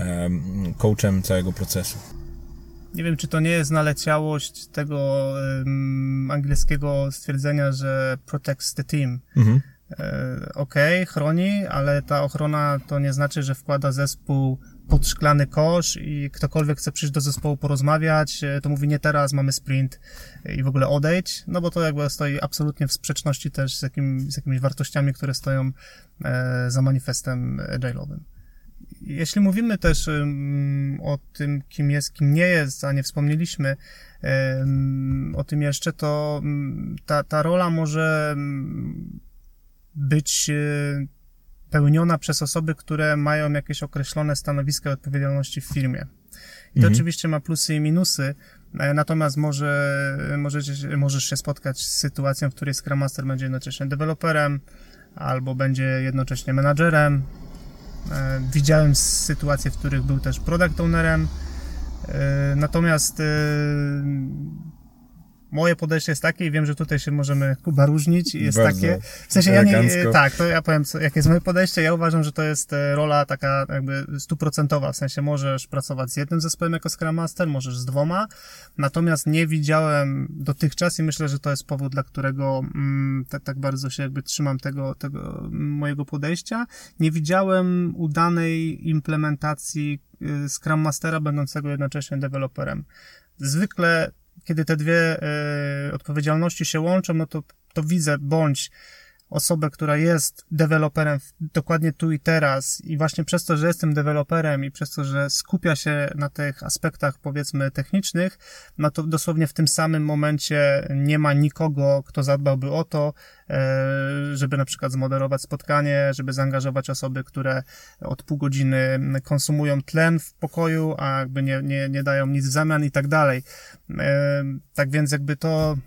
coachem całego procesu. Nie wiem, czy to nie jest naleciałość tego angielskiego stwierdzenia, że protects the team. Okej, chroni, ale ta ochrona to nie znaczy, że wkłada zespół pod szklany kosz i ktokolwiek chce przyjść do zespołu porozmawiać, to mówi nie teraz, mamy sprint i w ogóle odejdź, no bo to jakby stoi absolutnie w sprzeczności też z jakimiś wartościami, które stoją za manifestem agile'owym. jeśli mówimy też o tym, kim jest, kim nie jest, a nie wspomnieliśmy o tym jeszcze, to ta rola może być pełniona przez osoby, które mają jakieś określone stanowiska i odpowiedzialności w firmie. I to oczywiście ma plusy i minusy, natomiast możesz się spotkać z sytuacją, w której Scrum Master będzie jednocześnie deweloperem, albo będzie jednocześnie menadżerem. Widziałem sytuacje, w których był też product ownerem, natomiast moje podejście jest takie i wiem, że tutaj się możemy, Kuba, różnić. Jest bardzo takie. W sensie to ja powiem, jakie jest moje podejście. Ja uważam, że to jest rola taka jakby 100%. W sensie możesz pracować z jednym zespołem jako Scrum Master, możesz z dwoma. Natomiast nie widziałem dotychczas i myślę, że to jest powód, dla którego tak bardzo się jakby trzymam tego mojego podejścia. Nie widziałem udanej implementacji Scrum Mastera będącego jednocześnie deweloperem. Zwykle kiedy te dwie odpowiedzialności się łączą, no to widzę bądź osobę, która jest deweloperem dokładnie tu i teraz i właśnie przez to, że jestem deweloperem i przez to, że skupia się na tych aspektach, powiedzmy, technicznych, no to dosłownie w tym samym momencie nie ma nikogo, kto zadbałby o to, żeby na przykład zmoderować spotkanie, żeby zaangażować osoby, które od pół godziny konsumują tlen w pokoju, a jakby nie dają nic w zamian i tak dalej. Tak więc jakby to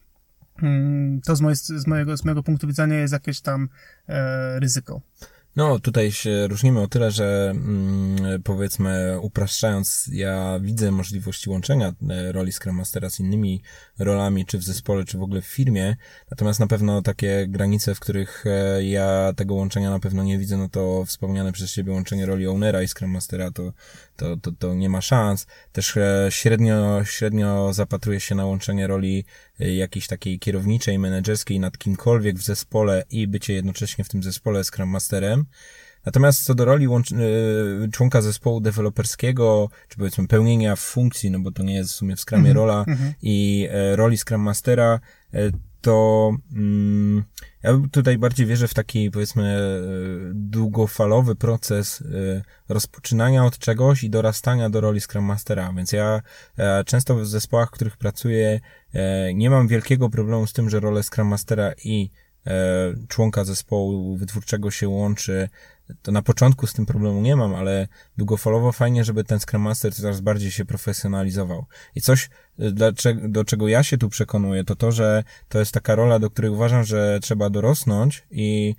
z mojego punktu widzenia jest jakieś tam ryzyko. No, tutaj się różnimy o tyle, że powiedzmy upraszczając, ja widzę możliwości łączenia roli Scrum Mastera z innymi rolami, czy w zespole, czy w ogóle w firmie, natomiast na pewno takie granice, w których ja tego łączenia na pewno nie widzę, no to wspomniane przez ciebie łączenie roli ownera i Scrum Mastera to nie ma szans. Też średnio zapatruję się na łączenie roli jakiejś takiej kierowniczej, menedżerskiej nad kimkolwiek w zespole i bycie jednocześnie w tym zespole Scrum Masterem. Natomiast co do roli członka zespołu deweloperskiego, czy powiedzmy pełnienia funkcji, no bo to nie jest w sumie w Scrumie rola i roli Scrum Mastera, to ja tutaj bardziej wierzę w taki, powiedzmy, długofalowy proces rozpoczynania od czegoś i dorastania do roli Scrum Mastera. Więc ja często w zespołach, w których pracuję, nie mam wielkiego problemu z tym, że rolę Scrum Mastera i członka zespołu wytwórczego się łączy. To na początku z tym problemu nie mam, ale długofalowo fajnie, żeby ten Scrum Master coraz bardziej się profesjonalizował. I coś, do czego ja się tu przekonuję, to, że to jest taka rola, do której uważam, że trzeba dorosnąć i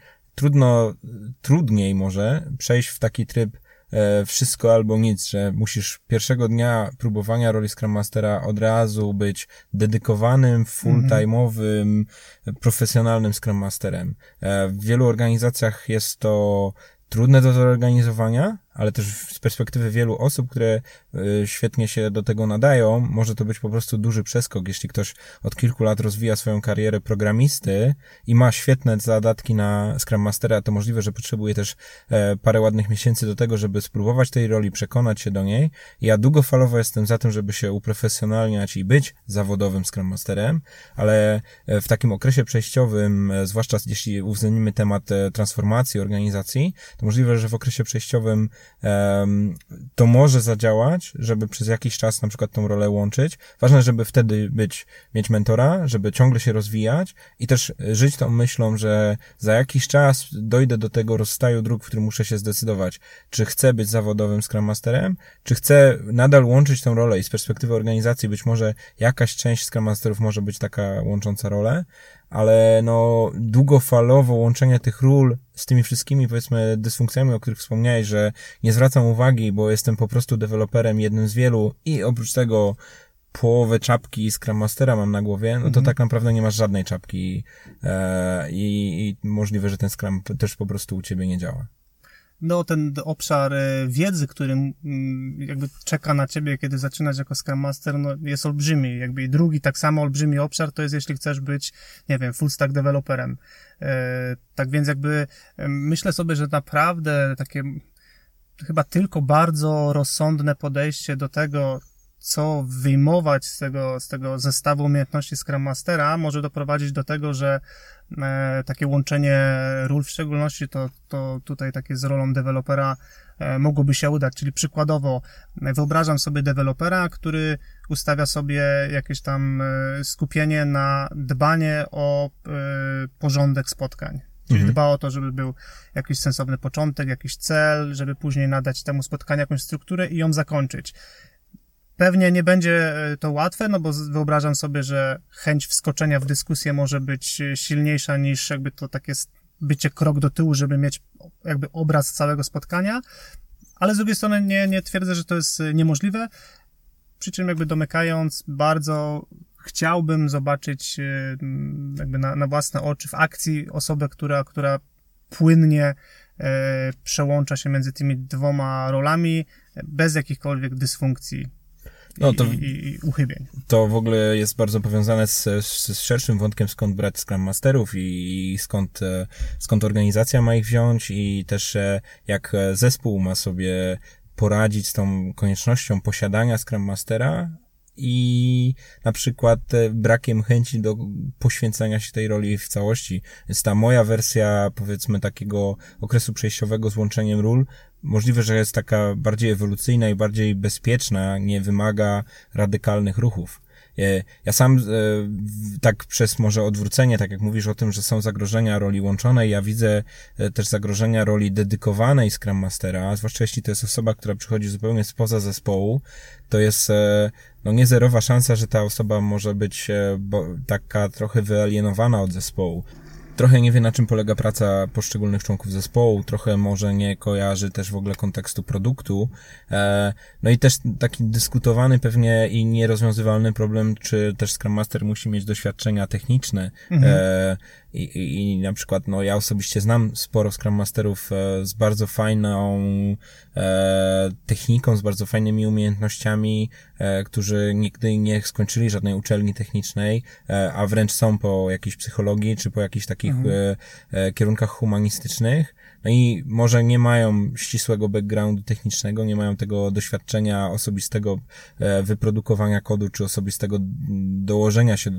trudniej może przejść w taki tryb wszystko albo nic, że musisz pierwszego dnia próbowania roli Scrum Mastera od razu być dedykowanym, full-time'owym, profesjonalnym Scrum Masterem. W wielu organizacjach jest to trudne do zorganizowania, ale też z perspektywy wielu osób, które świetnie się do tego nadają, może to być po prostu duży przeskok. Jeśli ktoś od kilku lat rozwija swoją karierę programisty i ma świetne zadatki na Scrum Mastera, to możliwe, że potrzebuje też parę ładnych miesięcy do tego, żeby spróbować tej roli, przekonać się do niej. Ja długofalowo jestem za tym, żeby się uprofesjonalniać i być zawodowym Scrum Masterem, ale w takim okresie przejściowym, zwłaszcza jeśli uwzględnimy temat transformacji organizacji, to możliwe, że w okresie przejściowym to może zadziałać, żeby przez jakiś czas na przykład tą rolę łączyć. Ważne, żeby wtedy mieć mentora, żeby ciągle się rozwijać i też żyć tą myślą, że za jakiś czas dojdę do tego rozstaju dróg, w którym muszę się zdecydować, czy chcę być zawodowym Scrum Masterem, czy chcę nadal łączyć tą rolę i z perspektywy organizacji być może jakaś część Scrum Masterów może być taka łącząca rolę, ale no długofalowo łączenie tych ról z tymi wszystkimi, powiedzmy, dysfunkcjami, o których wspomniałeś, że nie zwracam uwagi, bo jestem po prostu deweloperem, jednym z wielu i oprócz tego połowę czapki Scrum Mastera mam na głowie, no to tak naprawdę nie masz żadnej czapki i możliwe, że ten Scrum też po prostu u ciebie nie działa. No, ten obszar wiedzy, który jakby czeka na ciebie, kiedy zaczynasz jako Scrum Master, no, jest olbrzymi. Jakby i drugi tak samo olbrzymi obszar to jest, jeśli chcesz być, nie wiem, full stack deweloperem. Tak więc jakby myślę sobie, że naprawdę takie chyba tylko bardzo rozsądne podejście do tego, co wyjmować z tego zestawu umiejętności Scrum Mastera, może doprowadzić do tego, że takie łączenie ról w szczególności, to tutaj takie z rolą dewelopera mogłoby się udać, czyli przykładowo wyobrażam sobie dewelopera, który ustawia sobie jakieś tam skupienie na dbanie o porządek spotkań. Czyli dba o to, żeby był jakiś sensowny początek, jakiś cel, żeby później nadać temu spotkaniu jakąś strukturę i ją zakończyć. Pewnie nie będzie to łatwe, no bo wyobrażam sobie, że chęć wskoczenia w dyskusję może być silniejsza niż jakby to takie bycie krok do tyłu, żeby mieć jakby obraz całego spotkania, ale z drugiej strony nie twierdzę, że to jest niemożliwe, przy czym jakby domykając, bardzo chciałbym zobaczyć jakby na własne oczy w akcji osobę, która płynnie przełącza się między tymi dwoma rolami bez jakichkolwiek dysfunkcji i uchybień. To w ogóle jest bardzo powiązane z szerszym wątkiem, skąd brać Scrum Masterów i skąd organizacja ma ich wziąć i też jak zespół ma sobie poradzić z tą koniecznością posiadania Scrum Mastera i na przykład brakiem chęci do poświęcenia się tej roli w całości. Jest ta moja wersja, powiedzmy, takiego okresu przejściowego z łączeniem ról. Możliwe, że jest taka bardziej ewolucyjna i bardziej bezpieczna, nie wymaga radykalnych ruchów. Ja sam tak przez może odwrócenie, tak jak mówisz o tym, że są zagrożenia roli łączonej, ja widzę też zagrożenia roli dedykowanej Scrum Mastera, zwłaszcza jeśli to jest osoba, która przychodzi zupełnie spoza zespołu, to jest nie zerowa szansa, że ta osoba może być taka trochę wyalienowana od zespołu. Trochę nie wie, na czym polega praca poszczególnych członków zespołu, trochę może nie kojarzy też w ogóle kontekstu produktu. No i też taki dyskutowany pewnie i nierozwiązywalny problem, czy też Scrum Master musi mieć doświadczenia techniczne. I na przykład, ja osobiście znam sporo Scrum Masterów z bardzo fajną techniką, z bardzo fajnymi umiejętnościami, którzy nigdy nie skończyli żadnej uczelni technicznej, a wręcz są po jakiejś psychologii, czy po jakichś takich kierunkach humanistycznych. No i może nie mają ścisłego backgroundu technicznego, nie mają tego doświadczenia osobistego wyprodukowania kodu, czy osobistego dołożenia się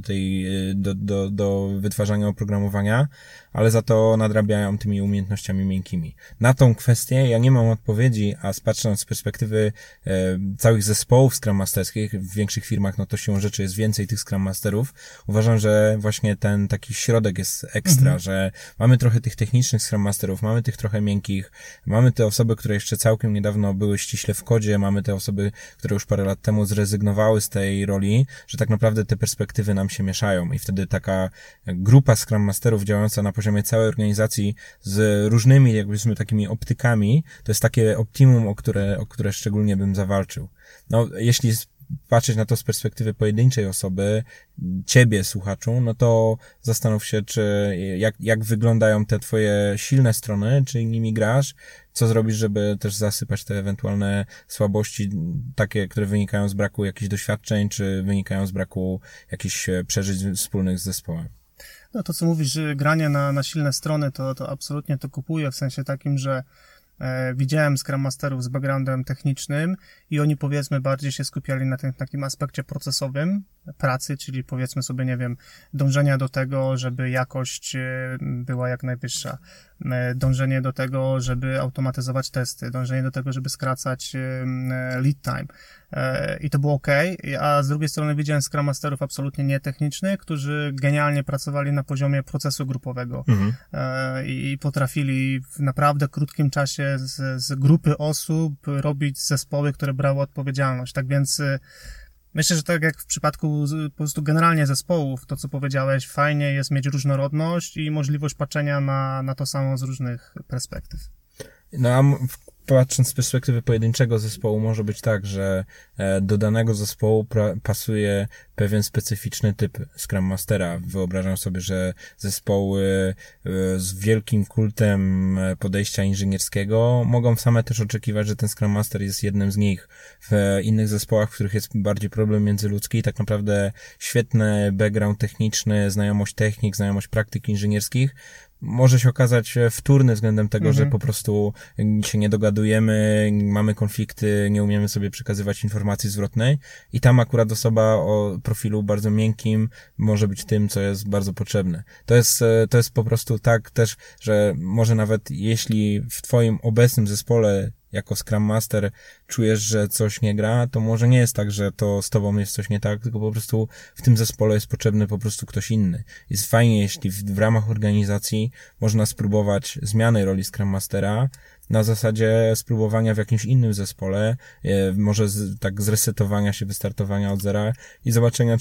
do wytwarzania oprogramowania, ale za to nadrabiają tymi umiejętnościami miękkimi. Na tą kwestię ja nie mam odpowiedzi, a patrząc z perspektywy całych zespołów Scrum Masterskich, w większych firmach, to siłą rzeczy jest więcej tych Scrum Masterów, uważam, że właśnie ten taki środek jest ekstra, że mamy trochę tych technicznych Scrum Masterów, mamy tych trochę miękkich, mamy te osoby, które jeszcze całkiem niedawno były ściśle w kodzie, mamy te osoby, które już parę lat temu zrezygnowały z tej roli, że tak naprawdę te perspektywy nam się mieszają i wtedy taka grupa Scrum Masterów działająca na poziomie całej organizacji z różnymi jakbyśmy takimi optykami, to jest takie optimum, o które szczególnie bym zawalczył. Jeśli patrzeć na to z perspektywy pojedynczej osoby, ciebie, słuchaczu, to zastanów się, jak wyglądają te twoje silne strony, czy nimi grasz, co zrobisz, żeby też zasypać te ewentualne słabości, takie, które wynikają z braku jakichś doświadczeń, czy wynikają z braku jakichś przeżyć wspólnych z zespołem. To co mówisz, że granie na silne strony, to absolutnie to kupuję, w sensie takim, że widziałem Scrum Masterów z backgroundem technicznym i oni, powiedzmy, bardziej się skupiali na tym takim aspekcie procesowym pracy, czyli powiedzmy sobie, nie wiem, dążenia do tego, żeby jakość była jak najwyższa, dążenie do tego, żeby automatyzować testy, dążenie do tego, żeby skracać lead time. I to było okej, a z drugiej strony widziałem Scrum Masterów absolutnie nietechnicznych, którzy genialnie pracowali na poziomie procesu grupowego i potrafili w naprawdę krótkim czasie z grupy osób robić zespoły, które brały odpowiedzialność. Tak więc myślę, że tak jak w przypadku po prostu generalnie zespołów, to co powiedziałeś, fajnie jest mieć różnorodność i możliwość patrzenia na to samo z różnych perspektyw. A patrząc z perspektywy pojedynczego zespołu, może być tak, że do danego zespołu pasuje pewien specyficzny typ Scrum Mastera. Wyobrażam sobie, że zespoły z wielkim kultem podejścia inżynierskiego mogą same też oczekiwać, że ten Scrum Master jest jednym z nich. W innych zespołach, w których jest bardziej problem międzyludzki, tak naprawdę świetny background techniczny, znajomość technik, znajomość praktyk inżynierskich może się okazać wtórny względem tego, że po prostu się nie dogadujemy, mamy konflikty, nie umiemy sobie przekazywać informacji zwrotnej i tam akurat osoba o profilu bardzo miękkim może być tym, co jest bardzo potrzebne. To jest po prostu tak też, że może nawet jeśli w twoim obecnym zespole jako Scrum Master czujesz, że coś nie gra, to może nie jest tak, że to z tobą jest coś nie tak, tylko po prostu w tym zespole jest potrzebny po prostu ktoś inny. Jest fajnie, jeśli w ramach organizacji można spróbować zmiany roli Scrum Mastera na zasadzie spróbowania w jakimś innym zespole, może tak zresetowania się, wystartowania od zera i zobaczenia,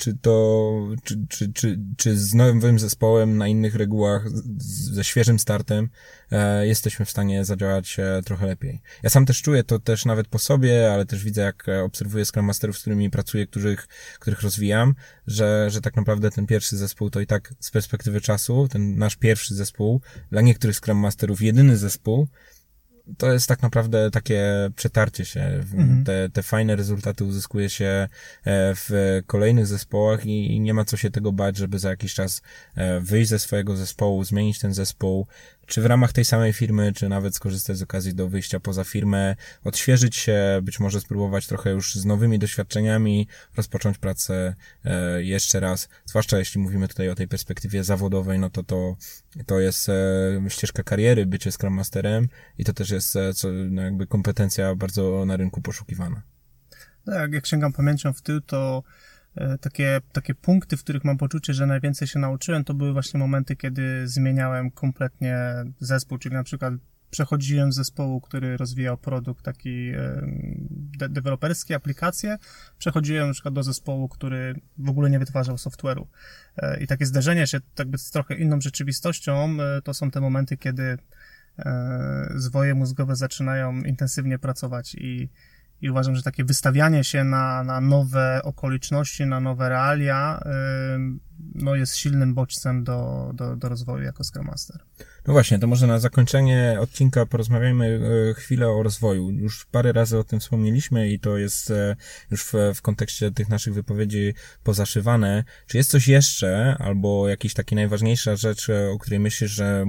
czy z nowym zespołem na innych regułach, ze świeżym startem jesteśmy w stanie zadziałać trochę lepiej. Ja sam też czuję to też nawet po sobie, ale też widzę, jak obserwuję Scrum Masterów, z którymi pracuję, których rozwijam, że tak naprawdę ten pierwszy zespół to i tak z perspektywy czasu, ten nasz pierwszy zespół, dla niektórych Scrum Masterów jedyny zespół, to jest tak naprawdę takie przetarcie się. Te fajne rezultaty uzyskuje się w kolejnych zespołach i nie ma co się tego bać, żeby za jakiś czas wyjść ze swojego zespołu, zmienić ten zespół, czy w ramach tej samej firmy, czy nawet skorzystać z okazji do wyjścia poza firmę, odświeżyć się, być może spróbować trochę już z nowymi doświadczeniami, rozpocząć pracę jeszcze raz, zwłaszcza jeśli mówimy tutaj o tej perspektywie zawodowej, no to jest ścieżka kariery, bycie Scrum Masterem i to też jest jakby kompetencja bardzo na rynku poszukiwana. Tak, jak sięgam pamięcią w tył, to takie punkty, w których mam poczucie, że najwięcej się nauczyłem, to były właśnie momenty, kiedy zmieniałem kompletnie zespół, czyli na przykład przechodziłem z zespołu, który rozwijał produkt taki deweloperski, aplikacje, przechodziłem na przykład do zespołu, który w ogóle nie wytwarzał software'u. I takie zderzenie się jakby z trochę inną rzeczywistością, to są te momenty, kiedy zwoje mózgowe zaczynają intensywnie pracować i uważam, że takie wystawianie się na nowe okoliczności, na nowe realia, no jest silnym bodźcem do rozwoju jako Scrum Master. No właśnie, to może na zakończenie odcinka porozmawiajmy chwilę o rozwoju. Już parę razy o tym wspomnieliśmy i to jest już w kontekście tych naszych wypowiedzi pozaszywane. Czy jest coś jeszcze, albo jakaś taka najważniejsza rzecz, o której myślisz, że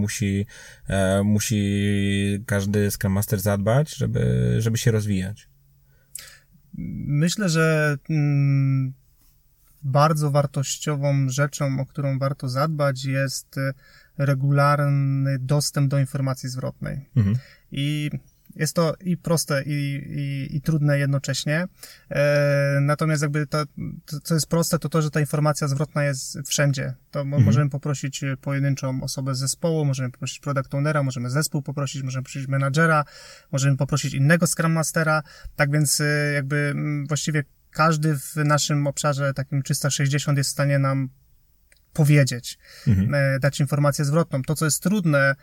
musi każdy Scrum Master zadbać, żeby się rozwijać? Myślę, że bardzo wartościową rzeczą, o którą warto zadbać, jest regularny dostęp do informacji zwrotnej. I jest to i proste, i trudne jednocześnie. Natomiast jakby to, co jest proste, to, że ta informacja zwrotna jest wszędzie. To możemy poprosić pojedynczą osobę z zespołu, możemy poprosić product ownera, możemy zespół poprosić, możemy poprosić menadżera, możemy poprosić innego Scrum Mastera. Tak więc jakby właściwie każdy w naszym obszarze takim 360 jest w stanie nam powiedzieć, dać informację zwrotną. To, co jest trudne,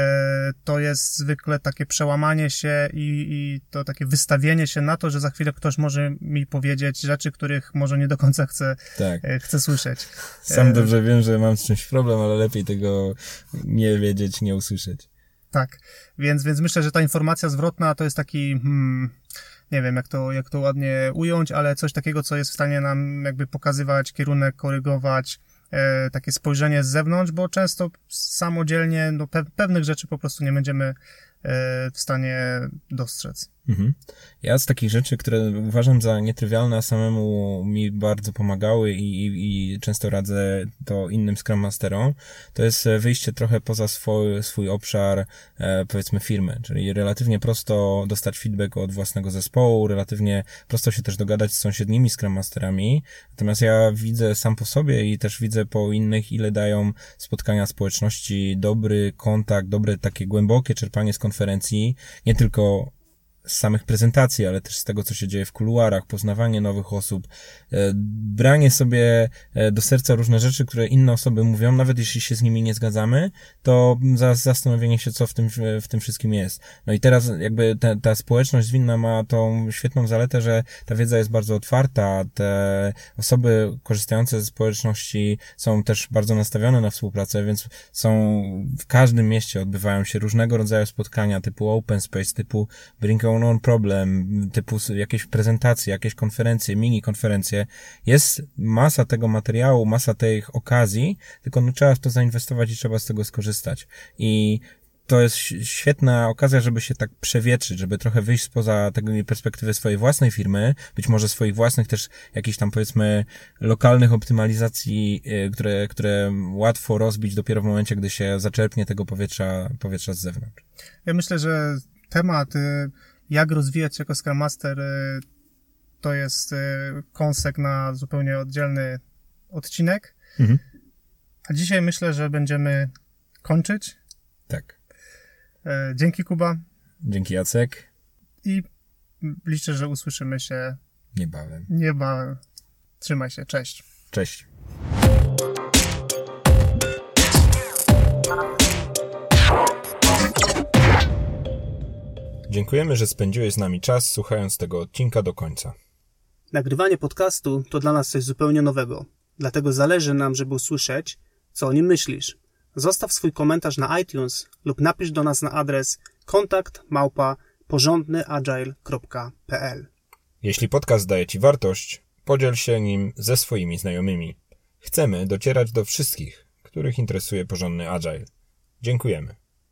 to jest zwykle takie przełamanie się i to takie wystawienie się na to, że za chwilę ktoś może mi powiedzieć rzeczy, których może nie do końca chcę słyszeć. Sam dobrze wiem, że mam z czymś problem, ale lepiej tego nie wiedzieć, nie usłyszeć. Tak, więc myślę, że ta informacja zwrotna to jest taki nie wiem, jak to ładnie ująć, ale coś takiego, co jest w stanie nam jakby pokazywać kierunek, korygować, takie spojrzenie z zewnątrz, bo często samodzielnie pewnych rzeczy po prostu nie będziemy w stanie dostrzec. Ja z takich rzeczy, które uważam za nietrywialne, a samemu mi bardzo pomagały i często radzę to innym Scrum Masterom, to jest wyjście trochę poza swój obszar, powiedzmy firmy, czyli relatywnie prosto dostać feedback od własnego zespołu, relatywnie prosto się też dogadać z sąsiednimi Scrum Masterami, natomiast ja widzę sam po sobie i też widzę po innych, ile dają spotkania społeczności, dobry kontakt, dobre takie głębokie czerpanie z konferencji, nie tylko z samych prezentacji, ale też z tego, co się dzieje w kuluarach, poznawanie nowych osób, branie sobie do serca różne rzeczy, które inne osoby mówią, nawet jeśli się z nimi nie zgadzamy, to zastanowienie się, co w tym wszystkim jest. No i teraz jakby ta społeczność zwinna ma tą świetną zaletę, że ta wiedza jest bardzo otwarta, te osoby korzystające ze społeczności są też bardzo nastawione na współpracę, więc w każdym mieście odbywają się różnego rodzaju spotkania typu open space, typu bring your unknown problem, typu jakieś prezentacje, jakieś konferencje, mini konferencje. Jest masa tego materiału, masa tych okazji, tylko no trzeba w to zainwestować i trzeba z tego skorzystać. I to jest świetna okazja, żeby się tak przewietrzyć, żeby trochę wyjść spoza tej perspektywy swojej własnej firmy, być może swoich własnych też jakichś tam powiedzmy lokalnych optymalizacji, które łatwo rozbić dopiero w momencie, gdy się zaczerpnie tego powietrza z zewnątrz. Ja myślę, że temat, jak rozwijać się jako Scrum Master, to jest kąsek na zupełnie oddzielny odcinek. Mhm. A dzisiaj myślę, że będziemy kończyć. Tak. Dzięki, Kuba. Dzięki, Jacek. I liczę, że usłyszymy się niebawem. Trzymaj się. Cześć. Cześć. Dziękujemy, że spędziłeś z nami czas, słuchając tego odcinka do końca. Nagrywanie podcastu to dla nas coś zupełnie nowego. Dlatego zależy nam, żeby usłyszeć, co o nim myślisz. Zostaw swój komentarz na iTunes lub napisz do nas na adres kontakt@porządnyagile.pl. Jeśli podcast daje Ci wartość, podziel się nim ze swoimi znajomymi. Chcemy docierać do wszystkich, których interesuje porządny Agile. Dziękujemy.